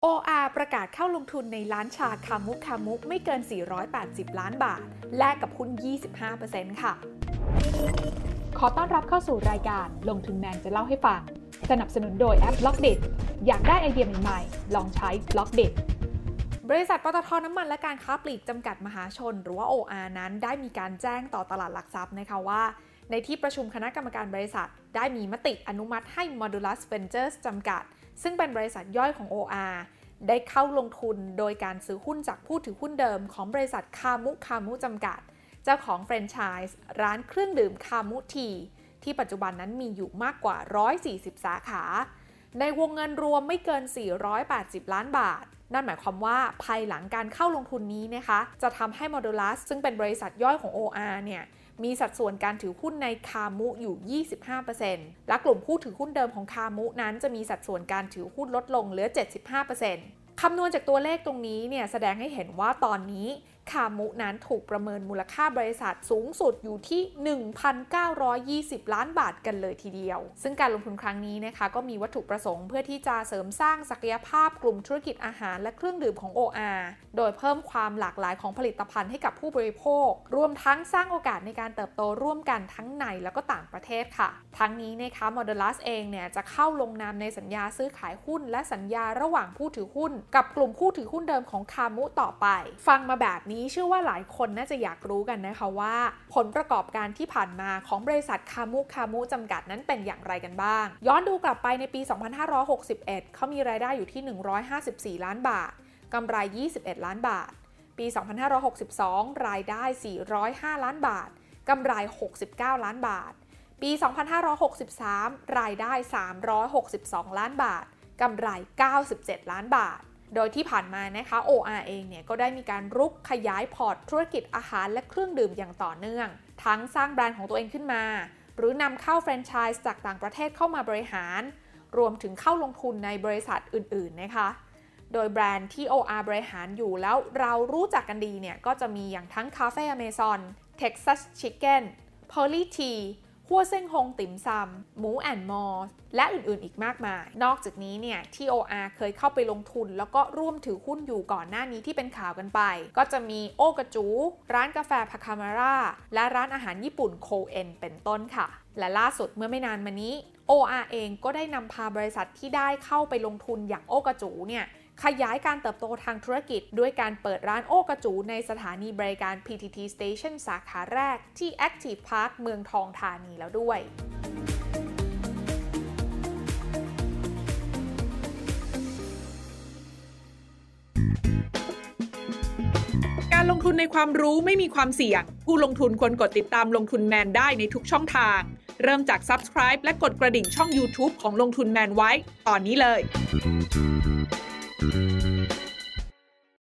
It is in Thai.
OR ประกาศเข้าลงทุนในร้านชาคามุไม่เกิน480ล้านบาทแลกกับหุ้น 25% ค่ะขอต้อนรับเข้าสู่รายการลงทุนแมนจะเล่าให้ฟังสนับสนุนโดยแอป Blockdit อยากได้ไอเดียใหม่ๆลองใช้ Blockdit บริษัทปตท.น้ำมันและการค้าปลีกจำกัดมหาชนหรือว่า OR นั้นได้มีการแจ้งต่อตลาดหลักทรัพย์นะคะว่าในที่ประชุมคณะกรรมการบริษัทได้มีมติอนุมัติให้ Modulus Ventures จำกัดซึ่งเป็นบริษัทย่อยของ OR ได้เข้าลงทุนโดยการซื้อหุ้นจากผู้ถือหุ้นเดิมของบริษัทคามุจำกัดเจ้าของแฟรนไชส์ร้านเครื่องดื่มคามุทีที่ปัจจุบันนั้นมีอยู่มากกว่า140สาขาในวงเงินรวมไม่เกิน480ล้านบาทนั่นหมายความว่าภายหลังการเข้าลงทุนนี้นะคะจะทำให้ Modulus ซึ่งเป็นบริษัทย่อยของ OR เนี่ยมีสัดส่วนการถือหุ้นในคามุอยู่ 25% และกลุ่มผู้ถือหุ้นเดิมของคามุนั้นจะมีสัดส่วนการถือหุ้นลดลงเหลือ 75% คำนวณจากตัวเลขตรงนี้เนี่ยแสดงให้เห็นว่าตอนนี้คามุนั้นถูกประเมินมูลค่าบริษัทสูงสุดอยู่ที่ 1,920 ล้านบาทกันเลยทีเดียวซึ่งการลงทุนครั้งนี้นะคะก็มีวัตถุประสงค์เพื่อที่จะเสริมสร้างศักยภาพกลุ่มธุรกิจอาหารและเครื่องดื่มของ OR โดยเพิ่มความหลากหลายของผลิตภัณฑ์ให้กับผู้บริโภครวมทั้งสร้างโอกาสในการเติบโตร่วมกันทั้งในและก็ต่างประเทศค่ะทั้งนี้นะคะ Modulus เองเนี่ยจะเข้าลงนามในสัญญาซื้อขายหุ้นและสัญญาระหว่างผู้ถือหุ้นกับกลุ่มผู้ถือหุ้นเดิมของคามุต่อไปฟังมาแบบนี้เชื่อว่าหลายคนน่าจะอยากรู้กันนะคะว่าผลประกอบการที่ผ่านมาของบริษัทคามุจำกัดนั้นเป็นอย่างไรกันบ้างย้อนดูกลับไปในปี 2561 เขามีรายได้อยู่ที่ 154 ล้านบาทกำไร 21 ล้านบาทปี 2562 รายได้ 405 ล้านบาทกำไร 69 ล้านบาทปี 2563 รายได้ 362 ล้านบาทกำไร 97 ล้านบาทโดยที่ผ่านมานะคะ OR เองเนี่ยก็ได้มีการรุกขยายพอร์ตธุรกิจอาหารและเครื่องดื่มอย่างต่อเนื่องทั้งสร้างแบรนด์ของตัวเองขึ้นมาหรือนำเข้าแฟรนไชส์จากต่างประเทศเข้ามาบริหารรวมถึงเข้าลงทุนในบริษัทอื่นๆนะคะโดยแบรนด์ที่ OR บริหารอยู่แล้วเรารู้จักกันดีเนี่ยก็จะมีอย่างทั้ง Cafe Amazon Texas Chicken Pearly Teaหัวเส้งฮงติ๋มซำหมูแอนด์มอร์และอื่นๆอีกมากมายนอกจากนี้เนี่ยที่ OR เคยเข้าไปลงทุนแล้วก็ร่วมถือหุ้นอยู่ก่อนหน้านี้ที่เป็นข่าวกันไปก็จะมีโอกระจูร้านกาแฟพาคามาร่าและร้านอาหารญี่ปุ่นโคเอ็นเป็นต้นค่ะและล่าสุดเมื่อไม่นานมานี้ OR เองก็ได้นำพาบริษัทที่ได้เข้าไปลงทุนอย่างโอกระจูเนี่ยขยายการเติบโตทางธุรกิจด้วยการเปิดร้านโอกระจูในสถานีบริการ PTT Station สาขาแรกที่ Active Park เมืองทองธานีแล้วด้วยการลงทุนในความรู้ไม่มีความเสี่ยงผู้ลงทุนควรกดติดตามลงทุนแมนได้ในทุกช่องทางเริ่มจาก Subscribe และกดกระดิ่งช่อง YouTube ของลงทุนแมนไว้ตอนนี้เลย